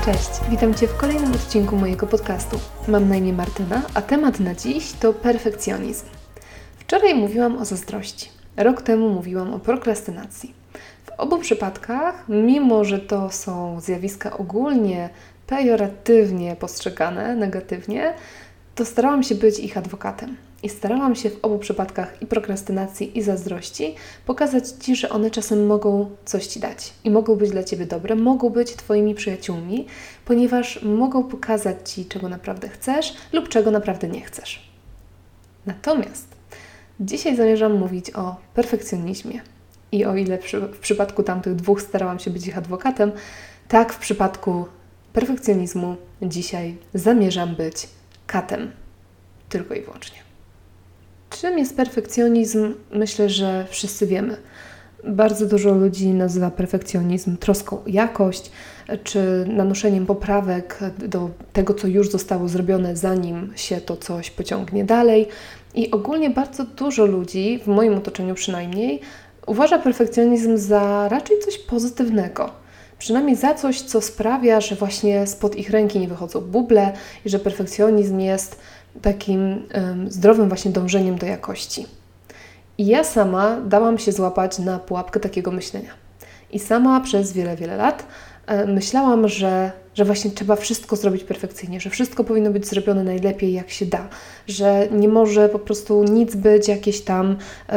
Cześć, witam Cię w kolejnym odcinku mojego podcastu. Mam na imię Martyna, a temat na dziś to perfekcjonizm. Wczoraj mówiłam o zazdrości, rok temu mówiłam o prokrastynacji. W obu przypadkach, mimo że to są zjawiska ogólnie pejoratywnie postrzegane, negatywnie, to starałam się być ich adwokatem. I starałam się w obu przypadkach i prokrastynacji, i zazdrości pokazać Ci, że one czasem mogą coś Ci dać i mogą być dla Ciebie dobre, mogą być Twoimi przyjaciółmi, ponieważ mogą pokazać Ci, czego naprawdę chcesz lub czego naprawdę nie chcesz. Natomiast dzisiaj zamierzam mówić o perfekcjonizmie. I o ile w przypadku tamtych dwóch starałam się być ich adwokatem, tak w przypadku perfekcjonizmu dzisiaj zamierzam być katem. Tylko i wyłącznie. Czym jest perfekcjonizm? Myślę, że wszyscy wiemy. Bardzo dużo ludzi nazywa perfekcjonizm troską o jakość, czy nanoszeniem poprawek do tego, co już zostało zrobione, zanim się to coś pociągnie dalej. I ogólnie bardzo dużo ludzi, w moim otoczeniu przynajmniej, uważa perfekcjonizm za raczej coś pozytywnego. Przynajmniej za coś, co sprawia, że właśnie spod ich ręki nie wychodzą buble i że perfekcjonizm jest takim zdrowym właśnie dążeniem do jakości. I ja sama dałam się złapać na pułapkę takiego myślenia. I sama przez wiele lat myślałam, że właśnie trzeba wszystko zrobić perfekcyjnie, że wszystko powinno być zrobione najlepiej jak się da, że nie może po prostu nic być jakieś tam,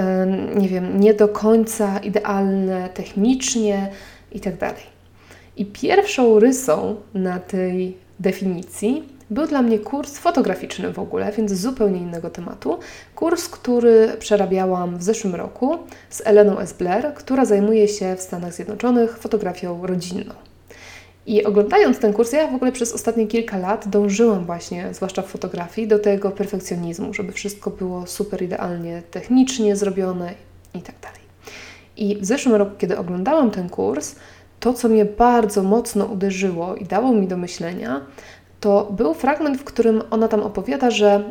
nie do końca idealne technicznie i tak dalej. I pierwszą rysą na tej definicji był dla mnie kurs fotograficzny w ogóle, więc z zupełnie innego tematu. Kurs, który przerabiałam w zeszłym roku z Eleną S. Blair, która zajmuje się w Stanach Zjednoczonych fotografią rodzinną. I oglądając ten kurs, ja w ogóle przez ostatnie kilka lat dążyłam właśnie, zwłaszcza w fotografii, do tego perfekcjonizmu, żeby wszystko było super idealnie technicznie zrobione i tak dalej. I w zeszłym roku, kiedy oglądałam ten kurs, to, co mnie bardzo mocno uderzyło i dało mi do myślenia, to był fragment, w którym ona tam opowiada, że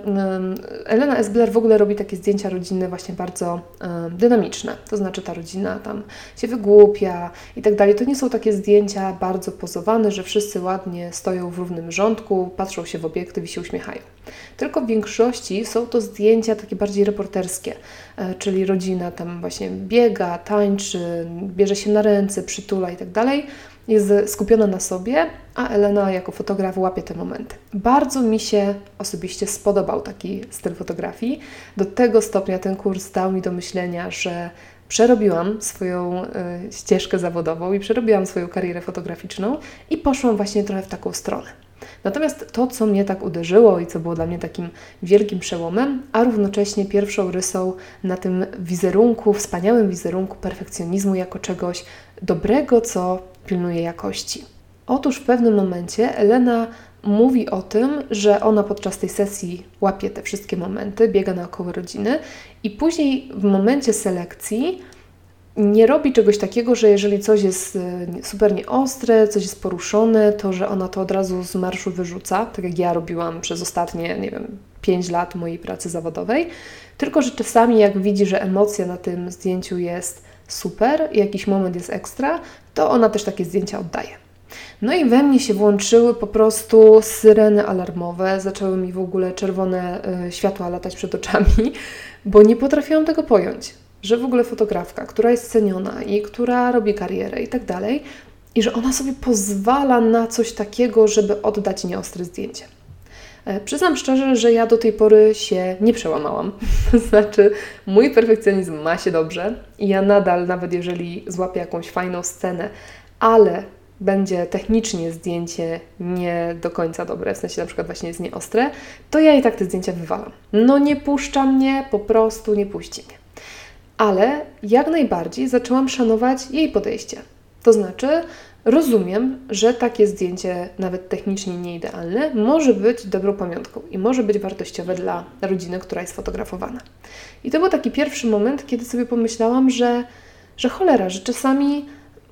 Elena S. Blair w ogóle robi takie zdjęcia rodzinne właśnie bardzo dynamiczne. To znaczy ta rodzina tam się wygłupia i tak dalej. To nie są takie zdjęcia bardzo pozowane, że wszyscy ładnie stoją w równym rządku, patrzą się w obiektyw i się uśmiechają. Tylko w większości są to zdjęcia takie bardziej reporterskie, czyli rodzina tam właśnie biega, tańczy, bierze się na ręce, przytula i tak dalej. Jest skupiona na sobie, a Elena jako fotograf łapie te momenty. Bardzo mi się osobiście spodobał taki styl fotografii. Do tego stopnia ten kurs dał mi do myślenia, że przerobiłam swoją ścieżkę zawodową i przerobiłam swoją karierę fotograficzną i poszłam właśnie trochę w taką stronę. Natomiast to, co mnie tak uderzyło i co było dla mnie takim wielkim przełomem, a równocześnie pierwszą rysą na tym wizerunku, wspaniałym wizerunku perfekcjonizmu jako czegoś dobrego, co pilnuje jakości. Otóż w pewnym momencie Elena mówi o tym, że ona podczas tej sesji łapie te wszystkie momenty, biega naokoło rodziny i później w momencie selekcji nie robi czegoś takiego, że jeżeli coś jest super nieostre, coś jest poruszone, to że ona to od razu z marszu wyrzuca, tak jak ja robiłam przez ostatnie, 5 lat mojej pracy zawodowej, tylko że czasami jak widzi, że emocja na tym zdjęciu jest super i jakiś moment jest ekstra, to ona też takie zdjęcia oddaje. No i we mnie się włączyły po prostu syreny alarmowe, zaczęły mi w ogóle czerwone światła latać przed oczami, bo nie potrafiłam tego pojąć, że w ogóle fotografka, która jest ceniona i która robi karierę i tak dalej, i że ona sobie pozwala na coś takiego, żeby oddać nieostre zdjęcie. Przyznam szczerze, że ja do tej pory się nie przełamałam. To znaczy, mój perfekcjonizm ma się dobrze i ja nadal, nawet jeżeli złapię jakąś fajną scenę, ale będzie technicznie zdjęcie nie do końca dobre, w sensie na przykład właśnie jest nieostre, to ja i tak te zdjęcia wywalam. No nie puszcza mnie, po prostu nie puści mnie. Ale jak najbardziej zaczęłam szanować jej podejście. To znaczy, rozumiem, że takie zdjęcie, nawet technicznie nieidealne, może być dobrą pamiątką i może być wartościowe dla rodziny, która jest fotografowana. I to był taki pierwszy moment, kiedy sobie pomyślałam, że cholera, że czasami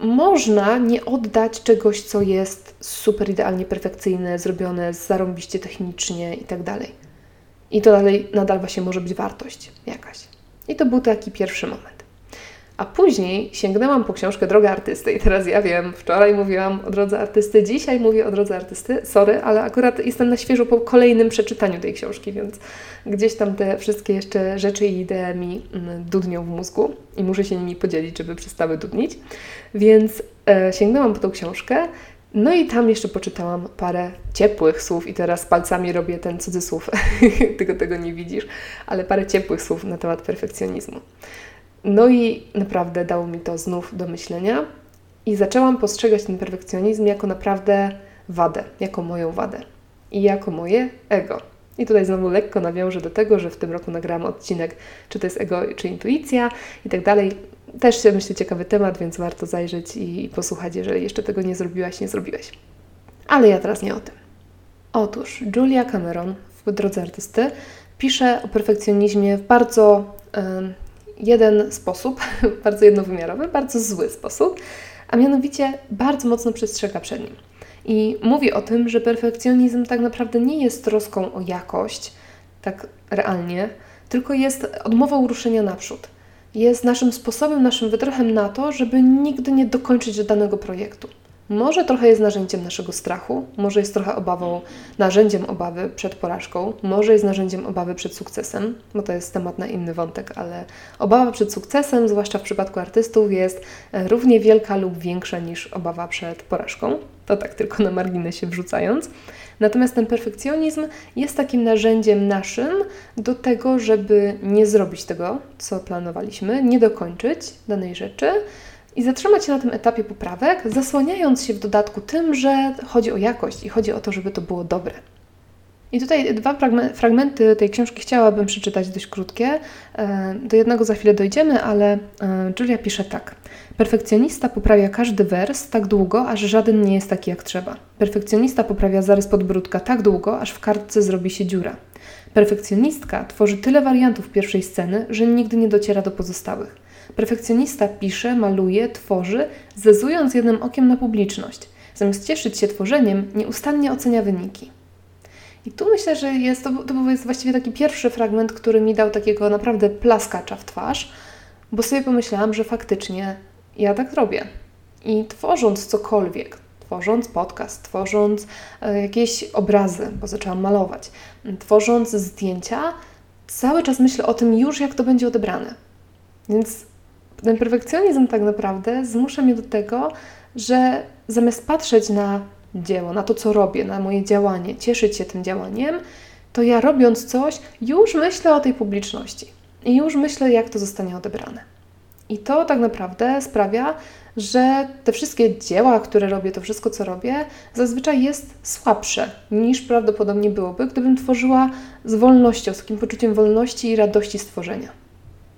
można nie oddać czegoś, co jest super idealnie perfekcyjne, zrobione zarąbiście technicznie i tak dalej. I to nadal właśnie może być wartość jakaś. I to był taki pierwszy moment. A później sięgnęłam po książkę Droga Artysty i teraz ja wiem, wczoraj mówiłam o Drodze Artysty, dzisiaj mówię o Drodze Artysty, sorry, ale akurat jestem na świeżo po kolejnym przeczytaniu tej książki, więc gdzieś tam te wszystkie jeszcze rzeczy i idee mi dudnią w mózgu i muszę się nimi podzielić, żeby przestały dudnić. Więc sięgnęłam po tą książkę, no i tam jeszcze poczytałam parę ciepłych słów i teraz palcami robię ten cudzysłów, tylko tego nie widzisz, ale parę ciepłych słów na temat perfekcjonizmu. No i naprawdę dało mi to znów do myślenia i zaczęłam postrzegać ten perfekcjonizm jako naprawdę wadę, jako moją wadę i jako moje ego. I tutaj znowu lekko nawiążę do tego, że w tym roku nagrałam odcinek, czy to jest ego, czy intuicja i tak dalej. Też myślę ciekawy temat, więc warto zajrzeć i posłuchać, jeżeli jeszcze tego nie zrobiłaś, nie zrobiłeś. Ale ja teraz nie o tym. Otóż Julia Cameron w Drodze Artysty pisze o perfekcjonizmie w bardzo jeden sposób, bardzo jednowymiarowy, bardzo zły sposób, a mianowicie bardzo mocno przestrzega przed nim. I mówi o tym, że perfekcjonizm tak naprawdę nie jest troską o jakość, tak realnie, tylko jest odmową ruszenia naprzód. Jest naszym sposobem, naszym wytrychem na to, żeby nigdy nie dokończyć danego projektu. Może trochę jest narzędziem naszego strachu, może jest trochę narzędziem obawy przed porażką, może jest narzędziem obawy przed sukcesem, bo to jest temat na inny wątek, ale obawa przed sukcesem, zwłaszcza w przypadku artystów, jest równie wielka lub większa niż obawa przed porażką. To tak tylko na marginesie wrzucając. Natomiast ten perfekcjonizm jest takim narzędziem naszym do tego, żeby nie zrobić tego, co planowaliśmy, nie dokończyć danej rzeczy, i zatrzymać się na tym etapie poprawek, zasłaniając się w dodatku tym, że chodzi o jakość i chodzi o to, żeby to było dobre. I tutaj dwa fragmenty tej książki chciałabym przeczytać, dość krótkie. Do jednego za chwilę dojdziemy, ale Julia pisze tak. Perfekcjonista poprawia każdy wers tak długo, aż żaden nie jest taki jak trzeba. Perfekcjonista poprawia zarys podbródka tak długo, aż w kartce zrobi się dziura. Perfekcjonistka tworzy tyle wariantów pierwszej sceny, że nigdy nie dociera do pozostałych. Perfekcjonista pisze, maluje, tworzy, zezując jednym okiem na publiczność. Zamiast cieszyć się tworzeniem, nieustannie ocenia wyniki. I tu myślę, że to jest właściwie taki pierwszy fragment, który mi dał takiego naprawdę plaskacza w twarz, bo sobie pomyślałam, że faktycznie ja tak robię. I tworząc cokolwiek, tworząc podcast, tworząc jakieś obrazy, bo zaczęłam malować, tworząc zdjęcia, cały czas myślę o tym już, jak to będzie odebrane. Więc ten perfekcjonizm tak naprawdę zmusza mnie do tego, że zamiast patrzeć na dzieło, na to, co robię, na moje działanie, cieszyć się tym działaniem, to ja robiąc coś, już myślę o tej publiczności i już myślę, jak to zostanie odebrane. I to tak naprawdę sprawia, że te wszystkie dzieła, które robię, to wszystko, co robię, zazwyczaj jest słabsze niż prawdopodobnie byłoby, gdybym tworzyła z wolnością, z takim poczuciem wolności i radości stworzenia.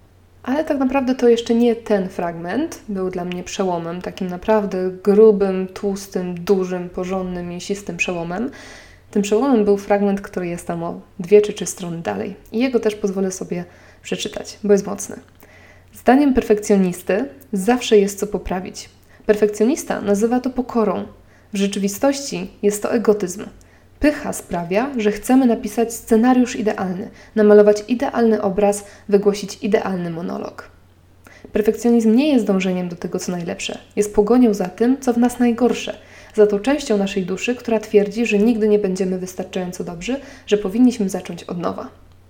Ale tak naprawdę to jeszcze nie ten fragment był dla mnie przełomem, takim naprawdę grubym, tłustym, dużym, porządnym, mięsistym przełomem. Tym przełomem był fragment, który jest tam o 2 czy 3 strony dalej. I jego też pozwolę sobie przeczytać, bo jest mocny. Zdaniem perfekcjonisty zawsze jest co poprawić. Perfekcjonista nazywa to pokorą. W rzeczywistości jest to egotyzm. Pycha sprawia, że chcemy napisać scenariusz idealny, namalować idealny obraz, wygłosić idealny monolog. Perfekcjonizm nie jest dążeniem do tego, co najlepsze. Jest pogonią za tym, co w nas najgorsze. Za tą częścią naszej duszy, która twierdzi, że nigdy nie będziemy wystarczająco dobrzy, że powinniśmy zacząć od nowa.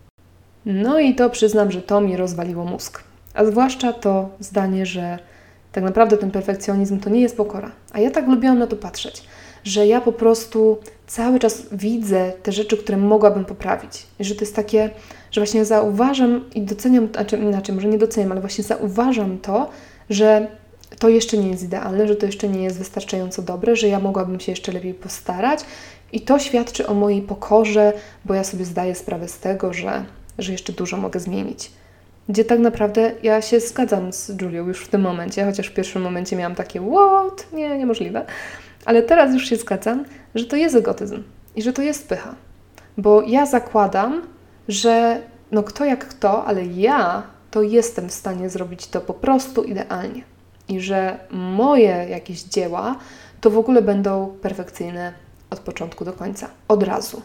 No i to przyznam, że to mi rozwaliło mózg. A zwłaszcza to zdanie, że tak naprawdę ten perfekcjonizm to nie jest pokora. A ja tak lubiłam na to patrzeć, że ja po prostu cały czas widzę te rzeczy, które mogłabym poprawić. I że to jest takie, że właśnie zauważam i doceniam, inaczej, może nie doceniam, ale właśnie zauważam to, że to jeszcze nie jest idealne, że to jeszcze nie jest wystarczająco dobre, że ja mogłabym się jeszcze lepiej postarać i to świadczy o mojej pokorze, bo ja sobie zdaję sprawę z tego, że jeszcze dużo mogę zmienić. Gdzie tak naprawdę ja się zgadzam z Julią już w tym momencie, chociaż w pierwszym momencie miałam takie what? Nie, niemożliwe. Ale teraz już się zgadzam, że to jest egotyzm i że to jest pycha. Bo ja zakładam, że kto jak kto, ale ja to jestem w stanie zrobić to po prostu idealnie. I że moje jakieś dzieła to w ogóle będą perfekcyjne od początku do końca, od razu.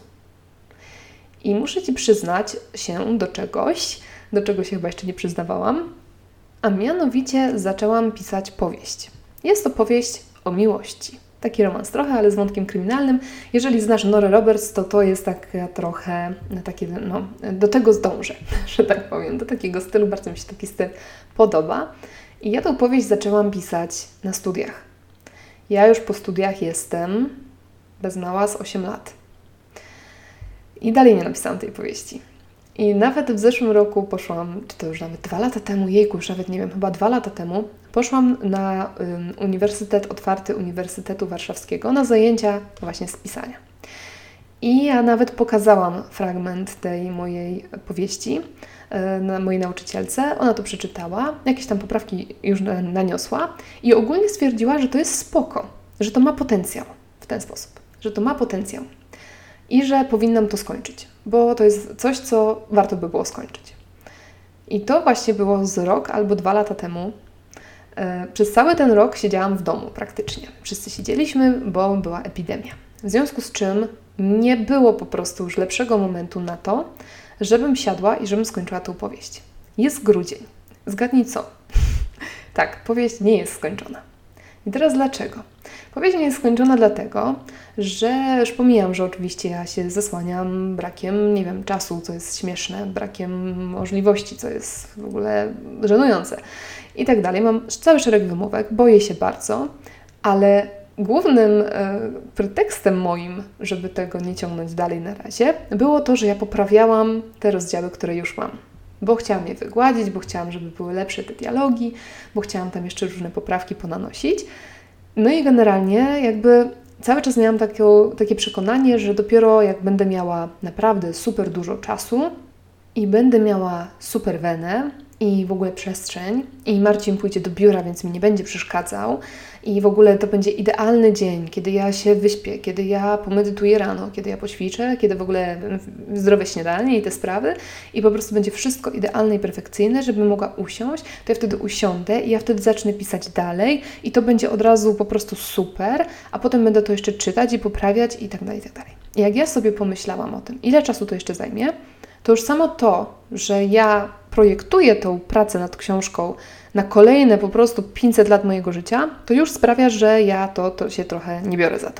I muszę Ci przyznać się do czegoś, do czego się chyba jeszcze nie przyznawałam, a mianowicie zaczęłam pisać powieść. Jest to powieść o miłości. Taki romans trochę, ale z wątkiem kryminalnym. Jeżeli znasz Norę Roberts, to jest taka trochę, do tego zdążę, że tak powiem, do takiego stylu. Bardzo mi się taki styl podoba. I ja tę powieść zaczęłam pisać na studiach. Ja już po studiach jestem bez mała z 8 lat. I dalej nie napisałam tej powieści. I nawet w zeszłym roku poszłam, czy to już nawet 2 lata temu, już nawet nie wiem, chyba 2 lata temu, poszłam na Uniwersytet Otwarty Uniwersytetu Warszawskiego na zajęcia właśnie z pisania. I ja nawet pokazałam fragment tej mojej powieści na mojej nauczycielce. Ona to przeczytała, jakieś tam poprawki już naniosła i ogólnie stwierdziła, że to jest spoko, że to ma potencjał w ten sposób, że to ma potencjał i że powinnam to skończyć, bo to jest coś, co warto by było skończyć. I to właśnie było z rok albo 2 lata temu. Przez cały ten rok siedziałam w domu praktycznie. Wszyscy siedzieliśmy, bo była epidemia. W związku z czym nie było po prostu już lepszego momentu na to, żebym siadła i żebym skończyła tę powieść. Jest grudzień. Zgadnij co? Tak, powieść nie jest skończona. I teraz dlaczego? Powieść nie jest skończona dlatego, że już pomijam, że oczywiście ja się zasłaniam brakiem, nie wiem, czasu, co jest śmieszne, brakiem możliwości, co jest w ogóle żenujące i tak dalej. Mam cały szereg wymówek, boję się bardzo, ale głównym pretekstem moim, żeby tego nie ciągnąć dalej na razie, było to, że ja poprawiałam te rozdziały, które już mam. Bo chciałam je wygładzić, bo chciałam, żeby były lepsze te dialogi, bo chciałam tam jeszcze różne poprawki ponanosić. No i generalnie jakby cały czas miałam takie przekonanie, że dopiero jak będę miała naprawdę super dużo czasu i będę miała super wenę i w ogóle przestrzeń i Marcin pójdzie do biura, więc mi nie będzie przeszkadzał i w ogóle to będzie idealny dzień, kiedy ja się wyśpię, kiedy ja pomedytuję rano, kiedy ja poćwiczę, kiedy w ogóle zdrowe śniadanie i te sprawy i po prostu będzie wszystko idealne i perfekcyjne, żebym mogła usiąść, to ja wtedy usiądę i ja wtedy zacznę pisać dalej i to będzie od razu po prostu super, a potem będę to jeszcze czytać i poprawiać i tak dalej, i tak dalej. I jak ja sobie pomyślałam o tym, ile czasu to jeszcze zajmie, to już samo to, że ja projektuję tą pracę nad książką na kolejne po prostu 500 lat mojego życia, to już sprawia, że ja to się trochę nie biorę za to.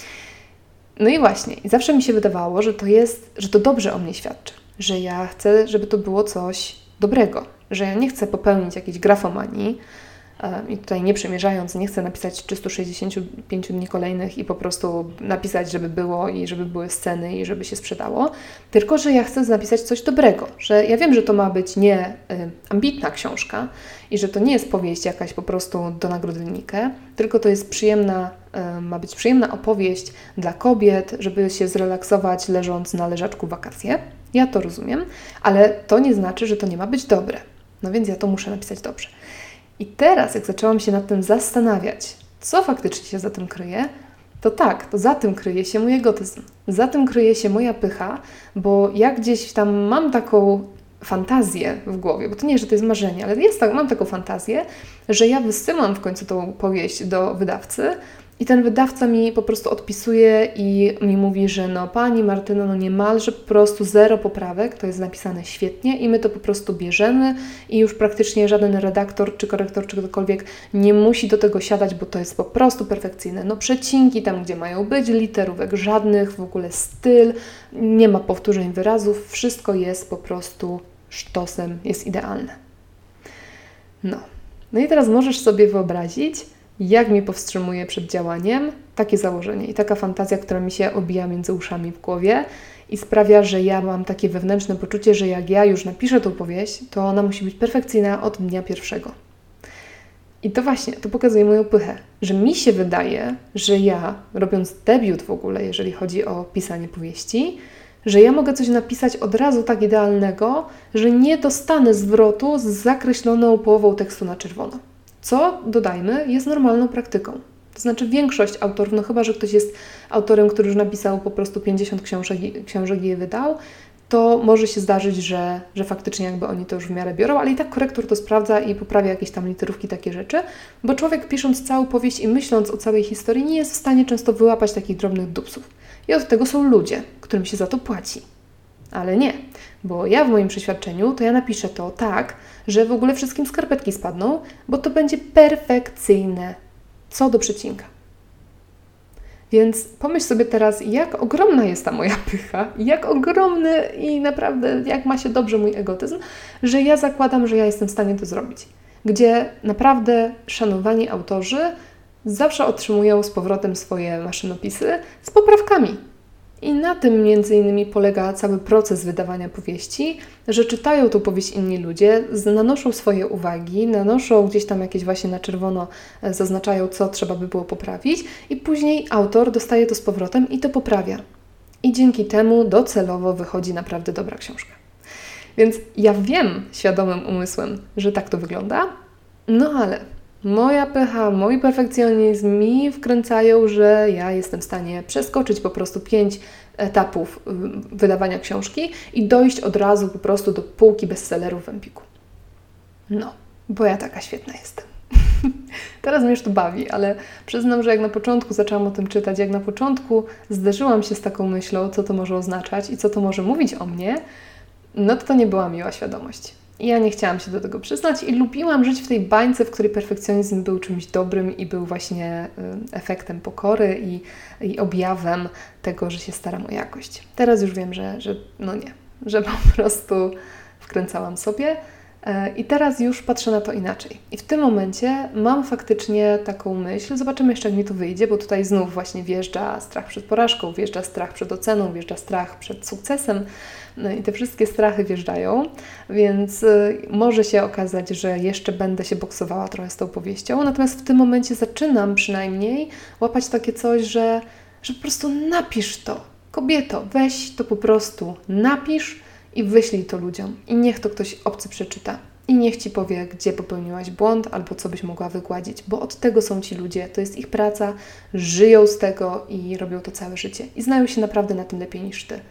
No i właśnie, i zawsze mi się wydawało, że to dobrze o mnie świadczy, że ja chcę, żeby to było coś dobrego, że ja nie chcę popełnić jakiejś grafomanii i tutaj nie przemierzając, nie chcę napisać 365 dni kolejnych i po prostu napisać, żeby było i żeby były sceny i żeby się sprzedało, tylko że ja chcę napisać coś dobrego, że ja wiem, że to ma być nie ambitna książka i że to nie jest powieść jakaś po prostu do nagrody, tylko to jest ma być przyjemna opowieść dla kobiet, żeby się zrelaksować leżąc na leżaczku w wakacje. Ja to rozumiem, ale to nie znaczy, że to nie ma być dobre. No więc ja to muszę napisać dobrze. I teraz, jak zaczęłam się nad tym zastanawiać, co faktycznie się za tym kryje, to tak, to za tym kryje się mój egotyzm. Za tym kryje się moja pycha, bo ja gdzieś tam mam taką fantazję w głowie, bo to nie, że to jest marzenie, ale mam taką fantazję, że ja wysyłam w końcu tą powieść do wydawcy i ten wydawca mi po prostu odpisuje i mi mówi, że no Pani Martyno, no niemalże po prostu 0 poprawek, to jest napisane świetnie i my to po prostu bierzemy i już praktycznie żaden redaktor, czy korektor, czy ktokolwiek nie musi do tego siadać, bo to jest po prostu perfekcyjne. No przecinki tam, gdzie mają być, literówek żadnych, w ogóle styl, nie ma powtórzeń wyrazów, wszystko jest po prostu sztosem, jest idealne. No i teraz możesz sobie wyobrazić, jak mnie powstrzymuje przed działaniem takie założenie i taka fantazja, która mi się obija między uszami w głowie i sprawia, że ja mam takie wewnętrzne poczucie, że jak ja już napiszę tą powieść, to ona musi być perfekcyjna od dnia pierwszego. I to właśnie, to pokazuje moją pychę, że mi się wydaje, że ja, robiąc debiut w ogóle, jeżeli chodzi o pisanie powieści, że ja mogę coś napisać od razu tak idealnego, że nie dostanę zwrotu z zakreśloną połową tekstu na czerwono. Co, dodajmy, jest normalną praktyką. To znaczy większość autorów, no chyba, że ktoś jest autorem, który już napisał po prostu 50 książek i je wydał, to może się zdarzyć, że faktycznie jakby oni to już w miarę biorą, ale i tak korektor to sprawdza i poprawia jakieś tam literówki, takie rzeczy, bo człowiek pisząc całą powieść i myśląc o całej historii nie jest w stanie często wyłapać takich drobnych dupsów. I od tego są ludzie, którym się za to płaci. Ale nie, bo ja w moim przeświadczeniu to ja napiszę to tak, że w ogóle wszystkim skarpetki spadną, bo to będzie perfekcyjne, co do przecinka. Więc pomyśl sobie teraz, jak ogromna jest ta moja pycha, jak ogromny i naprawdę jak ma się dobrze mój egotyzm, że ja zakładam, że ja jestem w stanie to zrobić. Gdzie naprawdę szanowani autorzy zawsze otrzymują z powrotem swoje maszynopisy z poprawkami. I na tym między innymi polega cały proces wydawania powieści, że czytają tą powieść inni ludzie, nanoszą swoje uwagi, nanoszą gdzieś tam jakieś właśnie na czerwono, zaznaczają, co trzeba by było poprawić i później autor dostaje to z powrotem i to poprawia. I dzięki temu docelowo wychodzi naprawdę dobra książka. Więc ja wiem świadomym umysłem, że tak to wygląda, no ale moja pycha, mój perfekcjonizm mi wkręcają, że ja jestem w stanie przeskoczyć po prostu 5 etapów wydawania książki i dojść od razu po prostu do półki bestsellerów w Empiku. No, bo ja taka świetna jestem. Teraz mnie już to bawi, ale przyznam, że jak na początku zaczęłam o tym czytać, jak na początku zderzyłam się z taką myślą, co to może oznaczać i co to może mówić o mnie, no to nie była miła świadomość. I ja nie chciałam się do tego przyznać i lubiłam żyć w tej bańce, w której perfekcjonizm był czymś dobrym i był właśnie efektem pokory i objawem tego, że się staram o jakość. Teraz już wiem, że no nie, że po prostu wkręcałam sobie i teraz już patrzę na to inaczej. I w tym momencie mam faktycznie taką myśl, zobaczymy jeszcze jak mi to wyjdzie, bo tutaj znów właśnie wjeżdża strach przed porażką, wjeżdża strach przed oceną, wjeżdża strach przed sukcesem, no i te wszystkie strachy wjeżdżają, więc może się okazać, że jeszcze będę się boksowała trochę z tą powieścią, natomiast w tym momencie zaczynam przynajmniej łapać takie coś, że po prostu napisz to. Kobieto, weź to po prostu, napisz i wyślij to ludziom i niech to ktoś obcy przeczyta. I niech Ci powie, gdzie popełniłaś błąd albo co byś mogła wygładzić, bo od tego są ci ludzie, to jest ich praca, żyją z tego i robią to całe życie. I znają się naprawdę na tym lepiej niż Ty.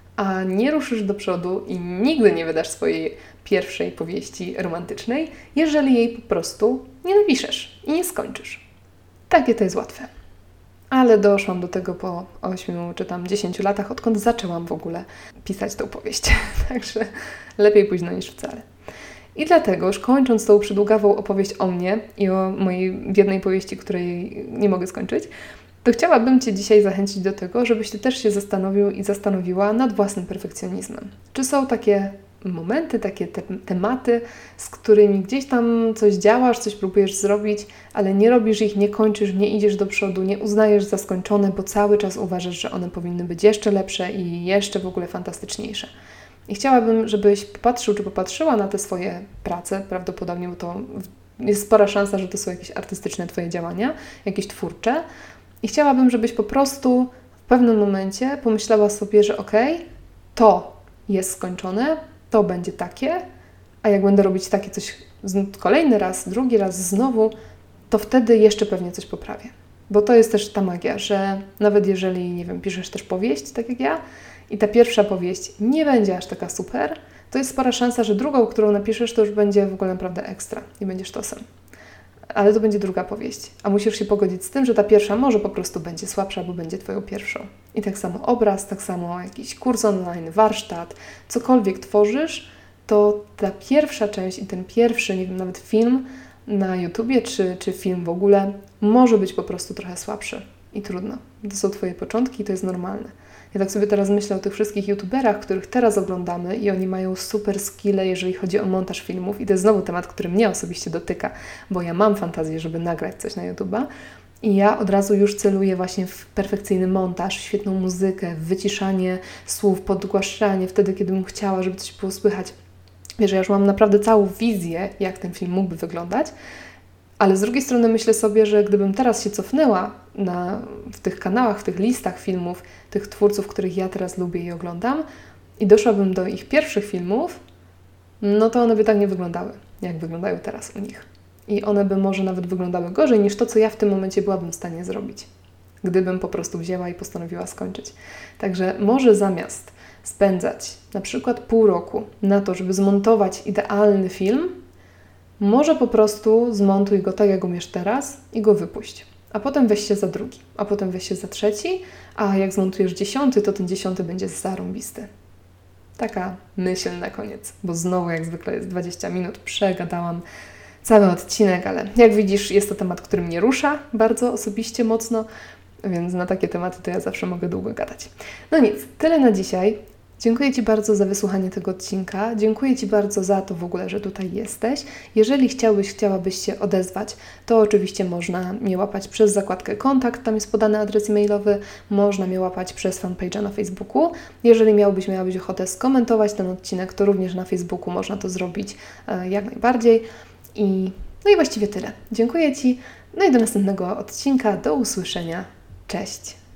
A nie ruszysz do przodu i nigdy nie wydasz swojej pierwszej powieści romantycznej, jeżeli jej po prostu nie napiszesz i nie skończysz. Takie to jest łatwe. Ale doszłam do tego po 8 czy tam 10 latach, odkąd zaczęłam w ogóle pisać tę powieść. Także lepiej późno niż wcale. I dlatego, już kończąc tą przydługawą opowieść o mnie i o mojej biednej powieści, której nie mogę skończyć, to chciałabym Cię dzisiaj zachęcić do tego, żebyś Ty też się zastanowił i zastanowiła nad własnym perfekcjonizmem. Czy są takie momenty, takie tematy, z którymi gdzieś tam coś działasz, coś próbujesz zrobić, ale nie robisz ich, nie kończysz, nie idziesz do przodu, nie uznajesz za skończone, bo cały czas uważasz, że one powinny być jeszcze lepsze i jeszcze w ogóle fantastyczniejsze. I chciałabym, żebyś popatrzył czy popatrzyła na te swoje prace, prawdopodobnie, bo to jest spora szansa, że to są jakieś artystyczne Twoje działania, jakieś twórcze. I chciałabym, żebyś po prostu w pewnym momencie pomyślała sobie, że okej, to jest skończone, to będzie takie, a jak będę robić takie coś kolejny raz, drugi raz znowu, to wtedy jeszcze pewnie coś poprawię. Bo to jest też ta magia, że nawet jeżeli, nie wiem, piszesz też powieść, tak jak ja, i ta pierwsza powieść nie będzie aż taka super, to jest spora szansa, że drugą, którą napiszesz, to już będzie w ogóle naprawdę ekstra i będzie sztosem. Ale to będzie druga powieść, a musisz się pogodzić z tym, że ta pierwsza może po prostu będzie słabsza, bo będzie Twoją pierwszą. I tak samo obraz, tak samo jakiś kurs online, warsztat, cokolwiek tworzysz, to ta pierwsza część i ten pierwszy, nie wiem, nawet film na YouTubie, czy film w ogóle, może być po prostu trochę słabszy. I trudno. To są Twoje początki i to jest normalne. Ja tak sobie teraz myślę o tych wszystkich YouTuberach, których teraz oglądamy i oni mają super skille, jeżeli chodzi o montaż filmów. I to jest znowu temat, który mnie osobiście dotyka, bo ja mam fantazję, żeby nagrać coś na YouTube'a. I ja od razu już celuję właśnie w perfekcyjny montaż, w świetną muzykę, w wyciszanie słów, podgłaszanie wtedy, kiedy bym chciała, żeby coś było słychać. Wiesz, ja już mam naprawdę całą wizję, jak ten film mógłby wyglądać. Ale z drugiej strony myślę sobie, że gdybym teraz się cofnęła w tych kanałach, w tych listach filmów, tych twórców, których ja teraz lubię i oglądam i doszłabym do ich pierwszych filmów, no to one by tak nie wyglądały, jak wyglądają teraz u nich. I one by może nawet wyglądały gorzej niż to, co ja w tym momencie byłabym w stanie zrobić, gdybym po prostu wzięła i postanowiła skończyć. Także może zamiast spędzać na przykład pół roku na to, żeby zmontować idealny film, może po prostu zmontuj go tak, jak umiesz teraz i go wypuść. A potem weź się za drugi, a potem weź się za trzeci, a jak zmontujesz 10, to ten 10 będzie zarąbisty. taka myśl na koniec, bo znowu jak zwykle jest 20 minut, przegadałam cały odcinek, ale jak widzisz, jest to temat, który mnie rusza bardzo osobiście mocno, więc na takie tematy to ja zawsze mogę długo gadać. No nic, tyle na dzisiaj. Dziękuję Ci bardzo za wysłuchanie tego odcinka. Dziękuję Ci bardzo za to w ogóle, że tutaj jesteś. Jeżeli chciałabyś się odezwać, to oczywiście można mnie łapać przez zakładkę kontakt, tam jest podany adres e-mailowy, można mnie łapać przez fanpage'a na Facebooku. Jeżeli miałabyś ochotę skomentować ten odcinek, to również na Facebooku można to zrobić jak najbardziej. No i właściwie tyle. Dziękuję Ci. No i do następnego odcinka. Do usłyszenia. Cześć!